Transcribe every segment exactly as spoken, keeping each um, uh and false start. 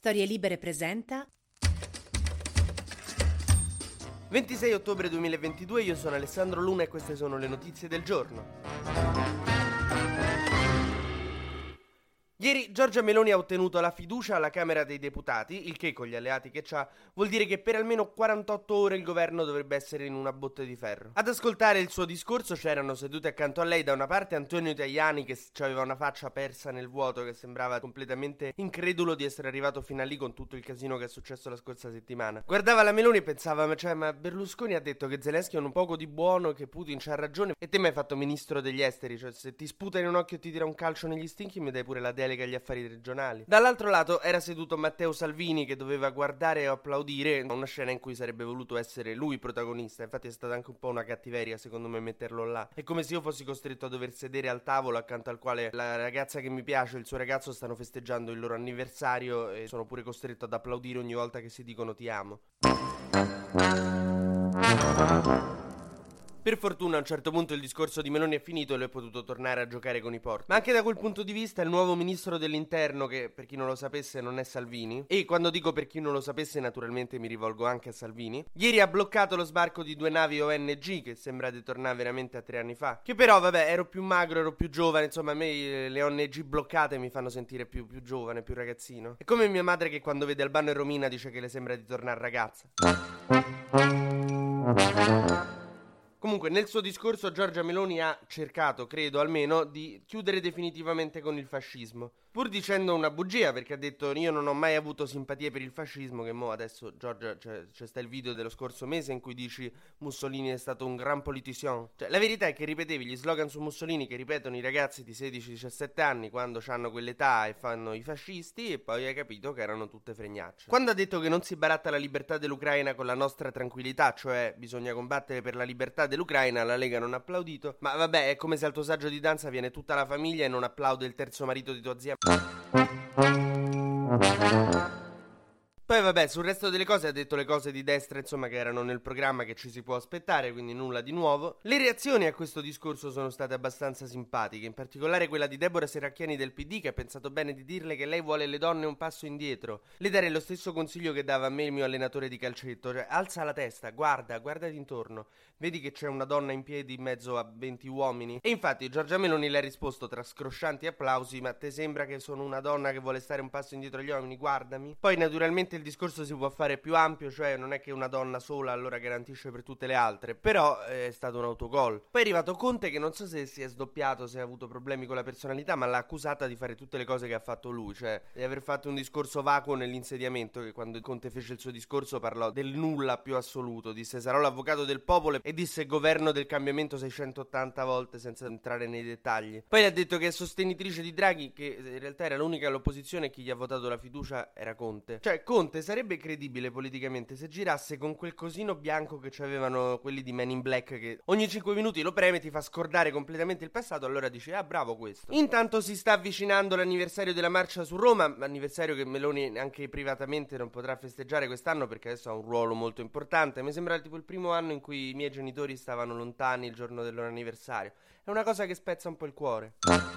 Storie Libere presenta ventisei ottobre duemilaventidue, io sono Alessandro Luna e queste sono le notizie del giorno. Ieri Giorgia Meloni ha ottenuto la fiducia alla Camera dei Deputati, il che con gli alleati che c'ha vuol dire che per almeno quarantotto ore il governo dovrebbe essere in una botte di ferro. Ad ascoltare il suo discorso c'erano sedute accanto a lei da una parte Antonio Tajani, che aveva una faccia persa nel vuoto, che sembrava completamente incredulo di essere arrivato fino a lì con tutto il casino che è successo la scorsa settimana. Guardava la Meloni e pensava, ma cioè, ma Berlusconi ha detto che Zelensky è un poco di buono, che Putin c'ha ragione, e te mi hai fatto ministro degli esteri, cioè se ti sputa in un occhio e ti tira un calcio negli stinchi mi dai pure la delega agli affari regionali. Dall'altro lato era seduto Matteo Salvini, che doveva guardare e applaudire una scena in cui sarebbe voluto essere lui protagonista. Infatti è stata anche un po' una cattiveria secondo me metterlo là. È come se io fossi costretto a dover sedere al tavolo accanto al quale la ragazza che mi piace e il suo ragazzo stanno festeggiando il loro anniversario e sono pure costretto ad applaudire ogni volta che si dicono ti amo. Per fortuna a un certo punto il discorso di Meloni è finito e lui è potuto tornare a giocare con i porti. Ma anche da quel punto di vista il nuovo ministro dell'interno, che per chi non lo sapesse non è Salvini, e quando dico per chi non lo sapesse naturalmente mi rivolgo anche a Salvini, ieri ha bloccato lo sbarco di due navi O N G, che sembra di tornare veramente a tre anni fa. Che però vabbè, ero più magro, ero più giovane, insomma a me le O N G bloccate mi fanno sentire più, più giovane, più ragazzino. È come mia madre che quando vede Albano e Romina dice che le sembra di tornare ragazza. Comunque nel suo discorso Giorgia Meloni ha cercato, credo almeno, di chiudere definitivamente con il fascismo, pur dicendo una bugia, perché ha detto io non ho mai avuto simpatie per il fascismo, che mo adesso Giorgia c'è, c'è sta il video dello scorso mese in cui dici Mussolini è stato un gran politicien. Cioè la verità è che ripetevi gli slogan su Mussolini che ripetono i ragazzi di sedici diciassette anni quando hanno quell'età e fanno i fascisti, e poi hai capito che erano tutte fregnacce. Quando ha detto che non si baratta la libertà dell'Ucraina con la nostra tranquillità, cioè bisogna combattere per la libertà dell'Ucraina, la Lega non ha applaudito. Ma vabbè, è come se al tuo saggio di danza viene tutta la famiglia e non applaude il terzo marito di tua zia. Poi vabbè, sul resto delle cose ha detto le cose di destra, insomma, che erano nel programma, che ci si può aspettare, quindi nulla di nuovo. Le reazioni a questo discorso sono state abbastanza simpatiche, in particolare quella di Deborah Serracchiani del P D, che ha pensato bene di dirle che lei vuole le donne un passo indietro. Le darei lo stesso consiglio che dava a me il mio allenatore di calcetto, cioè alza la testa, guarda, guardati intorno, vedi che c'è una donna in piedi in mezzo a venti uomini? E infatti Giorgia Meloni le ha risposto tra scroscianti applausi, ma te sembra che sono una donna che vuole stare un passo indietro agli uomini? Guardami. Poi naturalmente il il discorso si può fare più ampio, cioè non è che una donna sola allora garantisce per tutte le altre, però è stato un autogol. Poi è arrivato Conte, che non so se si è sdoppiato, se ha avuto problemi con la personalità, ma l'ha accusata di fare tutte le cose che ha fatto lui, cioè di aver fatto un discorso vacuo nell'insediamento, che quando Conte fece il suo discorso parlò del nulla più assoluto, disse sarò l'avvocato del popolo e disse governo del cambiamento seicentottanta volte senza entrare nei dettagli. Poi ha detto che è sostenitrice di Draghi, che in realtà era l'unica all'opposizione e chi gli ha votato la fiducia era Conte. Cioè Conte sarebbe credibile politicamente se girasse con quel cosino bianco che c'avevano quelli di Men in Black, che ogni cinque minuti lo preme, ti fa scordare completamente il passato, allora dici ah bravo questo. Intanto si sta avvicinando l'anniversario della marcia su Roma, anniversario che Meloni anche privatamente non potrà festeggiare quest'anno perché adesso ha un ruolo molto importante. Mi sembra tipo il primo anno in cui i miei genitori stavano lontani il giorno del loro anniversario. È una cosa che spezza un po' il cuore.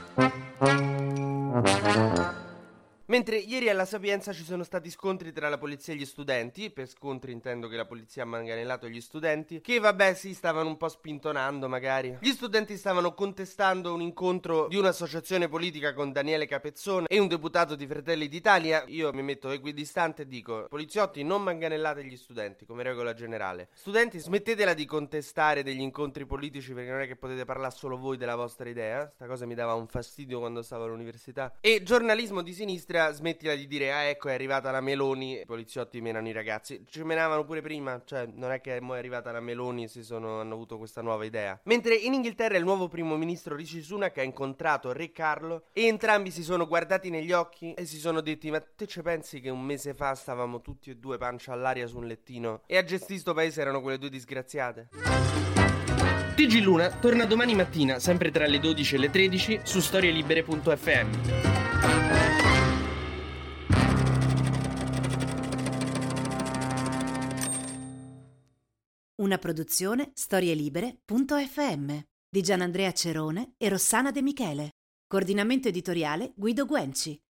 Mentre ieri alla Sapienza ci sono stati scontri tra la polizia e gli studenti, per scontri intendo che la polizia ha manganellato gli studenti, che vabbè sì stavano un po' spintonando magari. Gli studenti stavano contestando un incontro di un'associazione politica con Daniele Capezzone e un deputato di Fratelli d'Italia. Io mi metto equidistante e dico poliziotti non manganellate gli studenti come regola generale. Studenti smettetela di contestare degli incontri politici perché non è che potete parlare solo voi della vostra idea. Sta cosa mi dava un fastidio quando stavo all'università. E giornalismo di sinistra, smettila di dire ah ecco è arrivata la Meloni, i poliziotti menano i ragazzi, ci menavano pure prima, cioè non è che mo è arrivata la Meloni e si sono, hanno avuto questa nuova idea. Mentre in Inghilterra il nuovo primo ministro Rishi Sunak ha incontrato Re Carlo e entrambi si sono guardati negli occhi e si sono detti ma te ci pensi che un mese fa stavamo tutti e due pancia all'aria su un lettino e a gestire sto paese erano quelle due disgraziate? T G Luna torna domani mattina sempre tra le dodici e le tredici su storielibere punto effe emme. Una produzione storielibere punto effe emme di Gianandrea Cerone e Rossana De Michele. Coordinamento editoriale Guido Guenci.